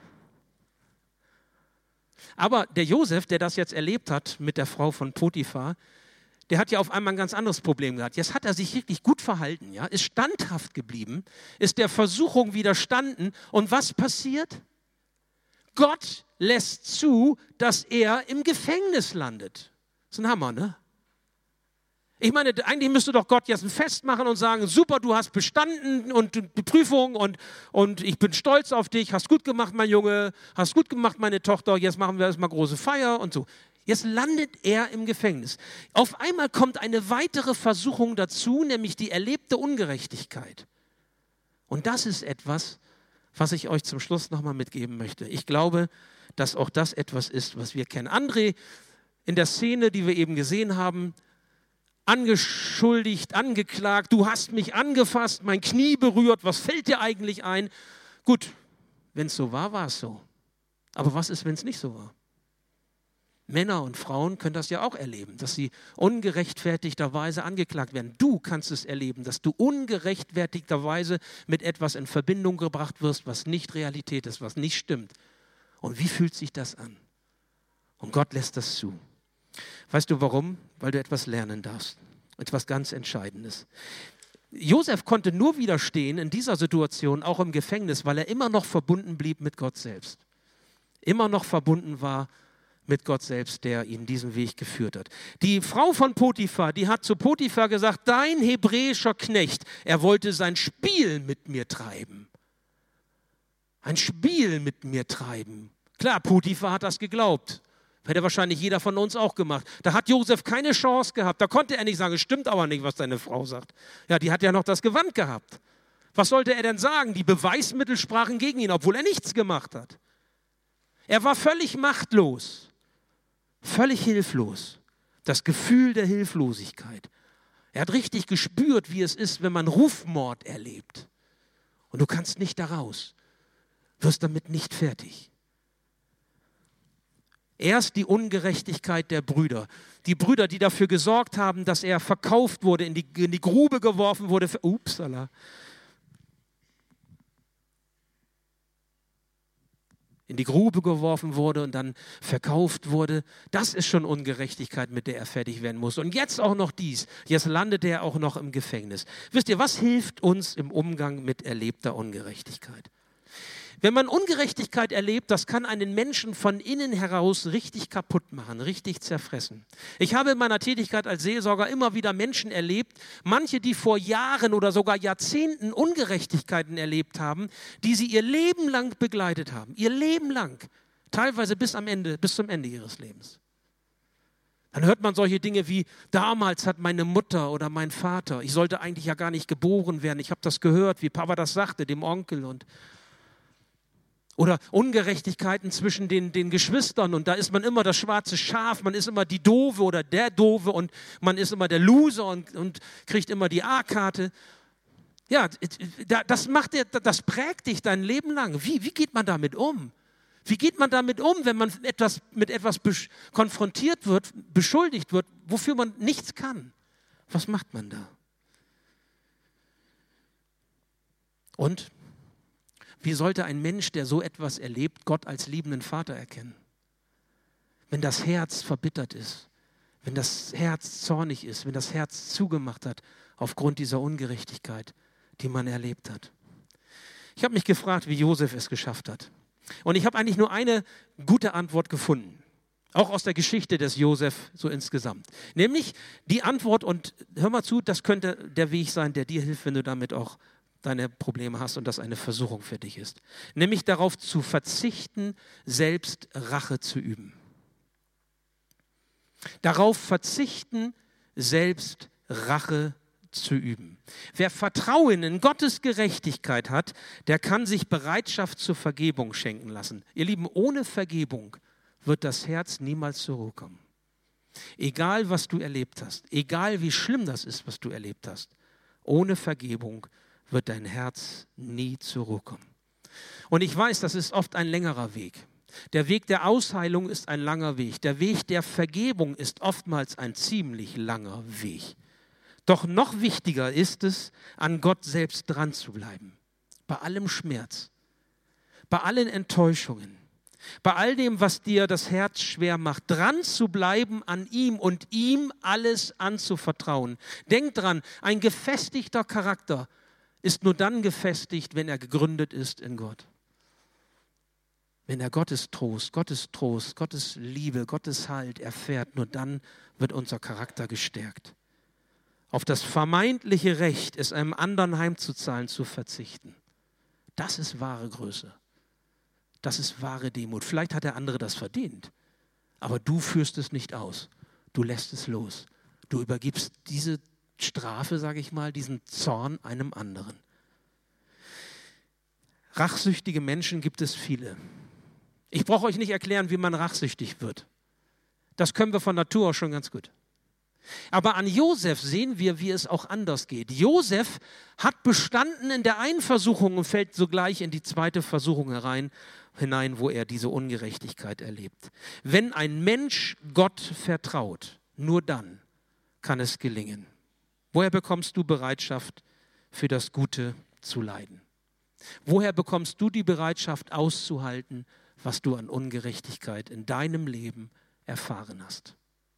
Aber der Josef, der das jetzt erlebt hat mit der Frau von Potiphar, der hat ja auf einmal ein ganz anderes Problem gehabt. Jetzt hat er sich wirklich gut verhalten, ja, ist standhaft geblieben, ist der Versuchung widerstanden. Und was passiert? Gott lässt zu, dass er im Gefängnis landet. Das ist ein Hammer, ne? Ich meine, eigentlich müsste doch Gott jetzt ein Fest machen und sagen, super, du hast bestanden und die Prüfung und ich bin stolz auf dich, hast gut gemacht, mein Junge, hast gut gemacht, meine Tochter, jetzt machen wir erstmal große Feier und so. Jetzt landet er im Gefängnis. Auf einmal kommt eine weitere Versuchung dazu, nämlich die erlebte Ungerechtigkeit. Und das ist etwas, was ich euch zum Schluss nochmal mitgeben möchte. Ich glaube, dass auch das etwas ist, was wir kennen. André in der Szene, die wir eben gesehen haben, angeschuldigt, angeklagt, du hast mich angefasst, mein Knie berührt, was fällt dir eigentlich ein? Gut, wenn es so war, war es so. Aber was ist, wenn es nicht so war? Männer und Frauen können das ja auch erleben, dass sie ungerechtfertigterweise angeklagt werden. Du kannst es erleben, dass du ungerechtfertigterweise mit etwas in Verbindung gebracht wirst, was nicht Realität ist, was nicht stimmt. Und wie fühlt sich das an? Und Gott lässt das zu. Weißt du warum? Weil du etwas lernen darfst. Etwas ganz Entscheidendes. Josef konnte nur widerstehen in dieser Situation, auch im Gefängnis, weil er immer noch verbunden blieb mit Gott selbst. Immer noch verbunden war mit Gott selbst, der ihn diesen Weg geführt hat. Die Frau von Potiphar, die hat zu Potiphar gesagt, dein hebräischer Knecht, er wollte sein Spiel mit mir treiben. Ein Spiel mit mir treiben. Klar, Potiphar hat das geglaubt. Hätte wahrscheinlich jeder von uns auch gemacht. Da hat Josef keine Chance gehabt. Da konnte er nicht sagen, es stimmt aber nicht, was deine Frau sagt. Ja, die hat ja noch das Gewand gehabt. Was sollte er denn sagen? Die Beweismittel sprachen gegen ihn, obwohl er nichts gemacht hat. Er war völlig machtlos. Völlig hilflos. Das Gefühl der Hilflosigkeit. Er hat richtig gespürt, wie es ist, wenn man Rufmord erlebt. Und du kannst nicht da raus. Wirst damit nicht fertig. Erst die Ungerechtigkeit der Brüder. Die Brüder, die dafür gesorgt haben, dass er verkauft wurde, in die Grube geworfen wurde. Upsala. In die Grube geworfen wurde und dann verkauft wurde. Das ist schon Ungerechtigkeit, mit der er fertig werden muss. Und jetzt auch noch dies. Jetzt landet er auch noch im Gefängnis. Wisst ihr, was hilft uns im Umgang mit erlebter Ungerechtigkeit? Wenn man Ungerechtigkeit erlebt, das kann einen Menschen von innen heraus richtig kaputt machen, richtig zerfressen. Ich habe in meiner Tätigkeit als Seelsorger immer wieder Menschen erlebt, manche, die vor Jahren oder sogar Jahrzehnten Ungerechtigkeiten erlebt haben, die sie ihr Leben lang begleitet haben. Ihr Leben lang. Teilweise bis zum Ende ihres Lebens. Dann hört man solche Dinge wie, damals hat meine Mutter oder mein Vater, ich sollte eigentlich ja gar nicht geboren werden, ich habe das gehört, wie Papa das sagte, dem Onkel oder Ungerechtigkeiten zwischen den Geschwistern und da ist man immer das schwarze Schaf, man ist immer die Doofe oder der Doofe und man ist immer der Loser und kriegt immer die A-Karte. Ja, das prägt dich dein Leben lang. Wie geht man damit um? Wie geht man damit um, wenn man mit etwas konfrontiert wird, beschuldigt wird, wofür man nichts kann? Was macht man da? Und wie sollte ein Mensch, der so etwas erlebt, Gott als liebenden Vater erkennen? Wenn das Herz verbittert ist, wenn das Herz zornig ist, wenn das Herz zugemacht hat aufgrund dieser Ungerechtigkeit, die man erlebt hat. Ich habe mich gefragt, wie Josef es geschafft hat. Und ich habe eigentlich nur eine gute Antwort gefunden. Auch aus der Geschichte des Josef so insgesamt. Nämlich die Antwort, und hör mal zu, das könnte der Weg sein, der dir hilft, wenn du damit auch deine Probleme hast und das eine Versuchung für dich ist. Nämlich darauf zu verzichten, selbst Rache zu üben. Darauf verzichten, selbst Rache zu üben. Wer Vertrauen in Gottes Gerechtigkeit hat, der kann sich Bereitschaft zur Vergebung schenken lassen. Ihr Lieben, ohne Vergebung wird das Herz niemals zur Ruhe kommen. Egal, was du erlebt hast, egal wie schlimm das ist, was du erlebt hast, Ohne Vergebung wird dein Herz nie zur Ruhe kommen. Und ich weiß, das ist oft ein längerer Weg. Der Weg der Ausheilung ist ein langer Weg. Der Weg der Vergebung ist oftmals ein ziemlich langer Weg. Doch noch wichtiger ist es, an Gott selbst dran zu bleiben. Bei allem Schmerz, bei allen Enttäuschungen, bei all dem, was dir das Herz schwer macht, dran zu bleiben an ihm und ihm alles anzuvertrauen. Denk dran, ein gefestigter Charakter ist nur dann gefestigt, wenn er gegründet ist in Gott. Wenn er Gottes Trost, Gottes Liebe, Gottes Halt erfährt, nur dann wird unser Charakter gestärkt. Auf das vermeintliche Recht, es einem anderen heimzuzahlen, zu verzichten. Das ist wahre Größe. Das ist wahre Demut. Vielleicht hat der andere das verdient, aber du führst es nicht aus. Du lässt es los. Du übergibst diese Strafe, sage ich mal, diesen Zorn einem anderen. Rachsüchtige Menschen gibt es viele. Ich brauche euch nicht erklären, wie man rachsüchtig wird. Das können wir von Natur aus schon ganz gut. Aber an Josef sehen wir, wie es auch anders geht. Josef hat bestanden in der einen Versuchung und fällt sogleich in die zweite Versuchung hinein, wo er diese Ungerechtigkeit erlebt. Wenn ein Mensch Gott vertraut, nur dann kann es gelingen. Woher bekommst du Bereitschaft, für das Gute zu leiden? Woher bekommst du die Bereitschaft auszuhalten, was du an Ungerechtigkeit in deinem Leben erfahren hast?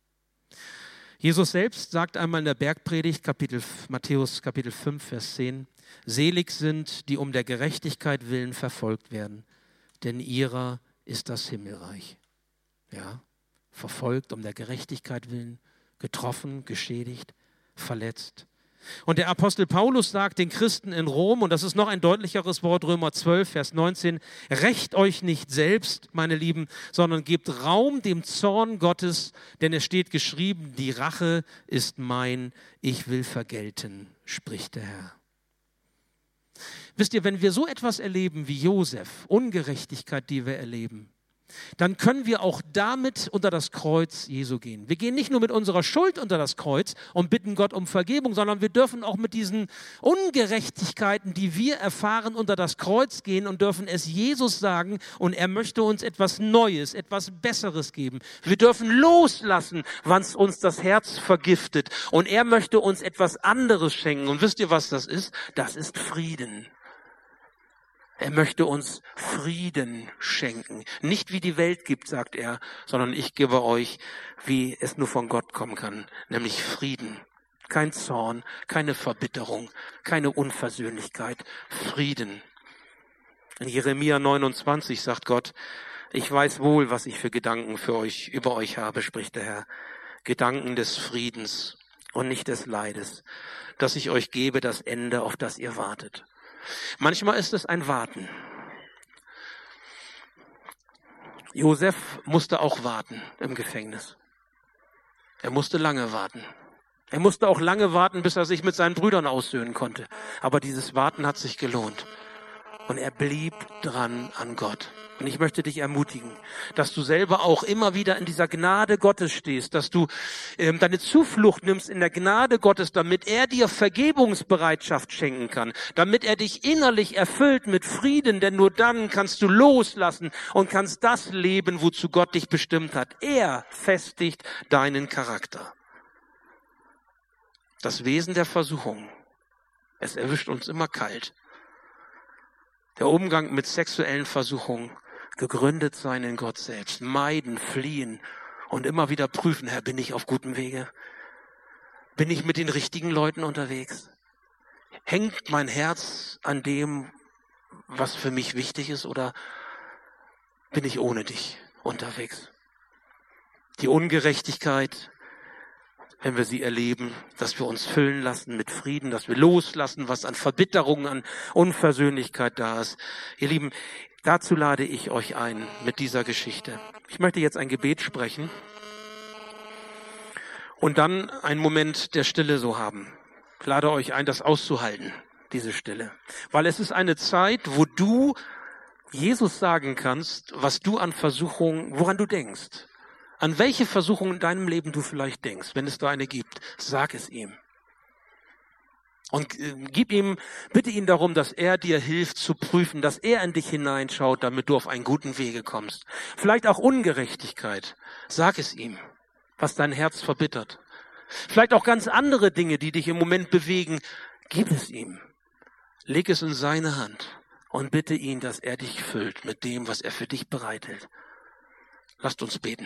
Jesus selbst sagt einmal in der Bergpredigt, Matthäus Kapitel 5, Vers 10, selig sind, die um der Gerechtigkeit willen verfolgt werden, denn ihrer ist das Himmelreich. Ja, verfolgt um der Gerechtigkeit willen, getroffen, geschädigt, verletzt. Und der Apostel Paulus sagt den Christen in Rom, und das ist noch ein deutlicheres Wort, Römer 12, Vers 19, rächt euch nicht selbst, meine Lieben, sondern gebt Raum dem Zorn Gottes, denn es steht geschrieben, die Rache ist mein, ich will vergelten, spricht der Herr. Wisst ihr, wenn wir so etwas erleben wie Josef, Ungerechtigkeit, die wir erleben, dann können wir auch damit unter das Kreuz Jesu gehen. Wir gehen nicht nur mit unserer Schuld unter das Kreuz und bitten Gott um Vergebung, sondern wir dürfen auch mit diesen Ungerechtigkeiten, die wir erfahren, unter das Kreuz gehen und dürfen es Jesus sagen und er möchte uns etwas Neues, etwas Besseres geben. Wir dürfen loslassen, was uns das Herz vergiftet und er möchte uns etwas anderes schenken. Und wisst ihr, was das ist? Das ist Frieden. Er möchte uns Frieden schenken. Nicht wie die Welt gibt, sagt er, sondern ich gebe euch, wie es nur von Gott kommen kann, nämlich Frieden. Kein Zorn, keine Verbitterung, keine Unversöhnlichkeit, Frieden. In Jeremia 29 sagt Gott, ich weiß wohl, was ich für Gedanken über euch habe, spricht der Herr. Gedanken des Friedens und nicht des Leides, dass ich euch gebe das Ende, auf das ihr wartet. Manchmal ist es ein Warten. Josef musste auch warten im Gefängnis. Er musste lange warten. Er musste auch lange warten, bis er sich mit seinen Brüdern aussöhnen konnte. Aber dieses Warten hat sich gelohnt. Und er blieb dran an Gott. Und ich möchte dich ermutigen, dass du selber auch immer wieder in dieser Gnade Gottes stehst, dass du deine Zuflucht nimmst in der Gnade Gottes, damit er dir Vergebungsbereitschaft schenken kann, damit er dich innerlich erfüllt mit Frieden, denn nur dann kannst du loslassen und kannst das leben, wozu Gott dich bestimmt hat. Er festigt deinen Charakter. Das Wesen der Versuchung, es erwischt uns immer kalt. Der Umgang mit sexuellen Versuchungen, gegründet sein in Gott selbst, meiden, fliehen und immer wieder prüfen, Herr, bin ich auf gutem Wege? Bin ich mit den richtigen Leuten unterwegs? Hängt mein Herz an dem, was für mich wichtig ist, oder bin ich ohne dich unterwegs? Die Ungerechtigkeit, wenn wir sie erleben, dass wir uns füllen lassen mit Frieden, dass wir loslassen, was an Verbitterung, an Unversöhnlichkeit da ist. Ihr Lieben, dazu lade ich euch ein mit dieser Geschichte. Ich möchte jetzt ein Gebet sprechen und dann einen Moment der Stille so haben. Ich lade euch ein, das auszuhalten, diese Stille. Weil es ist eine Zeit, wo du Jesus sagen kannst, was du an Versuchungen, woran du denkst. An welche Versuchung in deinem Leben du vielleicht denkst, wenn es da eine gibt, sag es ihm. Und bitte ihn darum, dass er dir hilft zu prüfen, dass er in dich hineinschaut, damit du auf einen guten Wege kommst. Vielleicht auch Ungerechtigkeit. Sag es ihm, was dein Herz verbittert. Vielleicht auch ganz andere Dinge, die dich im Moment bewegen. Gib es ihm. Leg es in seine Hand und bitte ihn, dass er dich füllt mit dem, was er für dich bereithält. Lasst uns beten.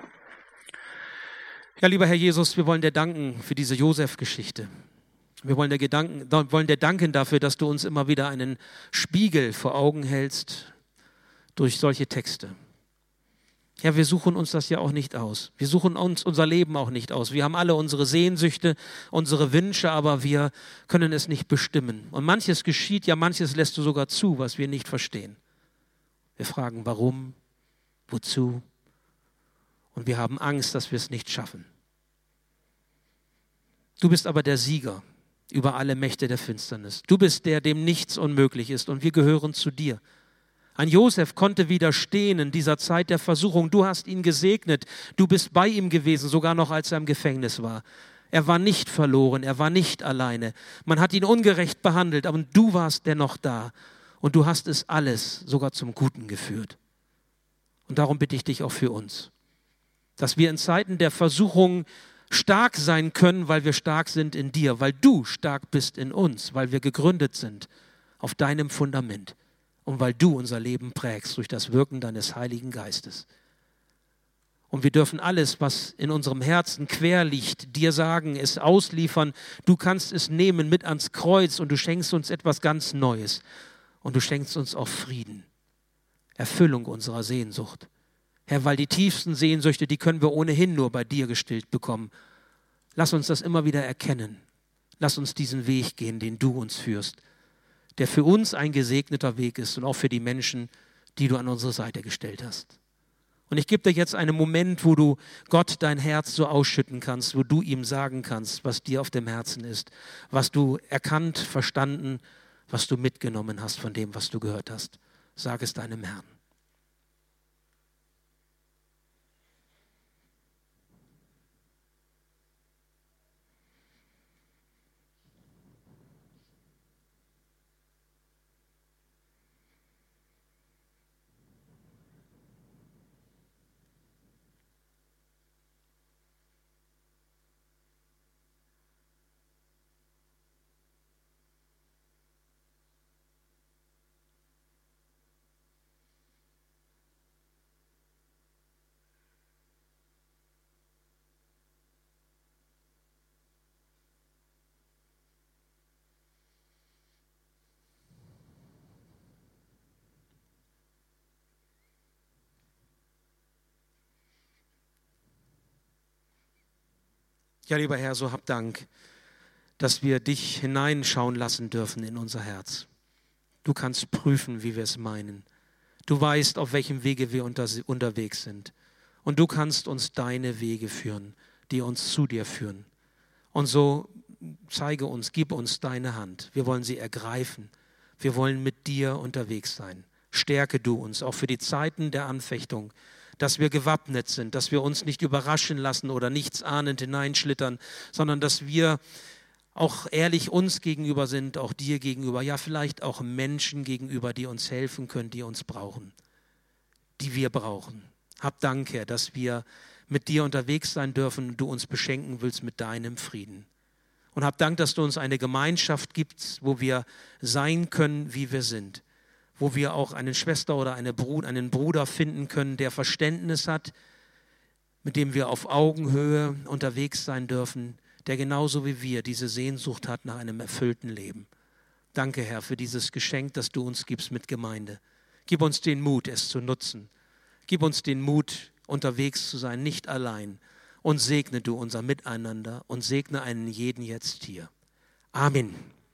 Ja, lieber Herr Jesus, wir wollen dir danken für diese Josef-Geschichte. Wir wollen dir danken dafür, dass du uns immer wieder einen Spiegel vor Augen hältst durch solche Texte. Ja, wir suchen uns das ja auch nicht aus. Wir suchen uns unser Leben auch nicht aus. Wir haben alle unsere Sehnsüchte, unsere Wünsche, aber wir können es nicht bestimmen. Und manches geschieht, ja manches lässt du sogar zu, was wir nicht verstehen. Wir fragen, warum, wozu? Und wir haben Angst, dass wir es nicht schaffen. Du bist aber der Sieger über alle Mächte der Finsternis. Du bist der, dem nichts unmöglich ist und wir gehören zu dir. Ein Josef konnte widerstehen in dieser Zeit der Versuchung. Du hast ihn gesegnet. Du bist bei ihm gewesen, sogar noch als er im Gefängnis war. Er war nicht verloren, er war nicht alleine. Man hat ihn ungerecht behandelt, aber du warst dennoch da. Und du hast es alles sogar zum Guten geführt. Und darum bitte ich dich auch für uns, dass wir in Zeiten der Versuchung stark sein können, weil wir stark sind in dir, weil du stark bist in uns, weil wir gegründet sind auf deinem Fundament und weil du unser Leben prägst durch das Wirken deines Heiligen Geistes. Und wir dürfen alles, was in unserem Herzen quer liegt, dir sagen, es ausliefern. Du kannst es nehmen mit ans Kreuz und du schenkst uns etwas ganz Neues. Und du schenkst uns auch Frieden, Erfüllung unserer Sehnsucht. Herr, weil die tiefsten Sehnsüchte, die können wir ohnehin nur bei dir gestillt bekommen. Lass uns das immer wieder erkennen. Lass uns diesen Weg gehen, den du uns führst, der für uns ein gesegneter Weg ist und auch für die Menschen, die du an unsere Seite gestellt hast. Und ich gebe dir jetzt einen Moment, wo du Gott dein Herz so ausschütten kannst, wo du ihm sagen kannst, was dir auf dem Herzen ist, was du erkannt, verstanden, was du mitgenommen hast von dem, was du gehört hast. Sag es deinem Herrn. Ja, lieber Herr, so hab Dank, dass wir dich hineinschauen lassen dürfen in unser Herz. Du kannst prüfen, wie wir es meinen. Du weißt, auf welchem Wege wir unterwegs sind. Und du kannst uns deine Wege führen, die uns zu dir führen. Und so zeige uns, gib uns deine Hand. Wir wollen sie ergreifen. Wir wollen mit dir unterwegs sein. Stärke du uns, auch für die Zeiten der Anfechtung, dass wir gewappnet sind, dass wir uns nicht überraschen lassen oder nichts ahnend hineinschlittern, sondern dass wir auch ehrlich uns gegenüber sind, auch dir gegenüber, ja vielleicht auch Menschen gegenüber, die uns helfen können, die uns brauchen, die wir brauchen. Hab Dank, Herr, dass wir mit dir unterwegs sein dürfen und du uns beschenken willst mit deinem Frieden. Und hab Dank, dass du uns eine Gemeinschaft gibst, wo wir sein können, wie wir sind. Wo wir auch eine Schwester oder einen Bruder finden können, der Verständnis hat, mit dem wir auf Augenhöhe unterwegs sein dürfen, der genauso wie wir diese Sehnsucht hat nach einem erfüllten Leben. Danke, Herr, für dieses Geschenk, das du uns gibst mit Gemeinde. Gib uns den Mut, es zu nutzen. Gib uns den Mut, unterwegs zu sein, nicht allein. Und segne du unser Miteinander und segne einen jeden jetzt hier. Amen.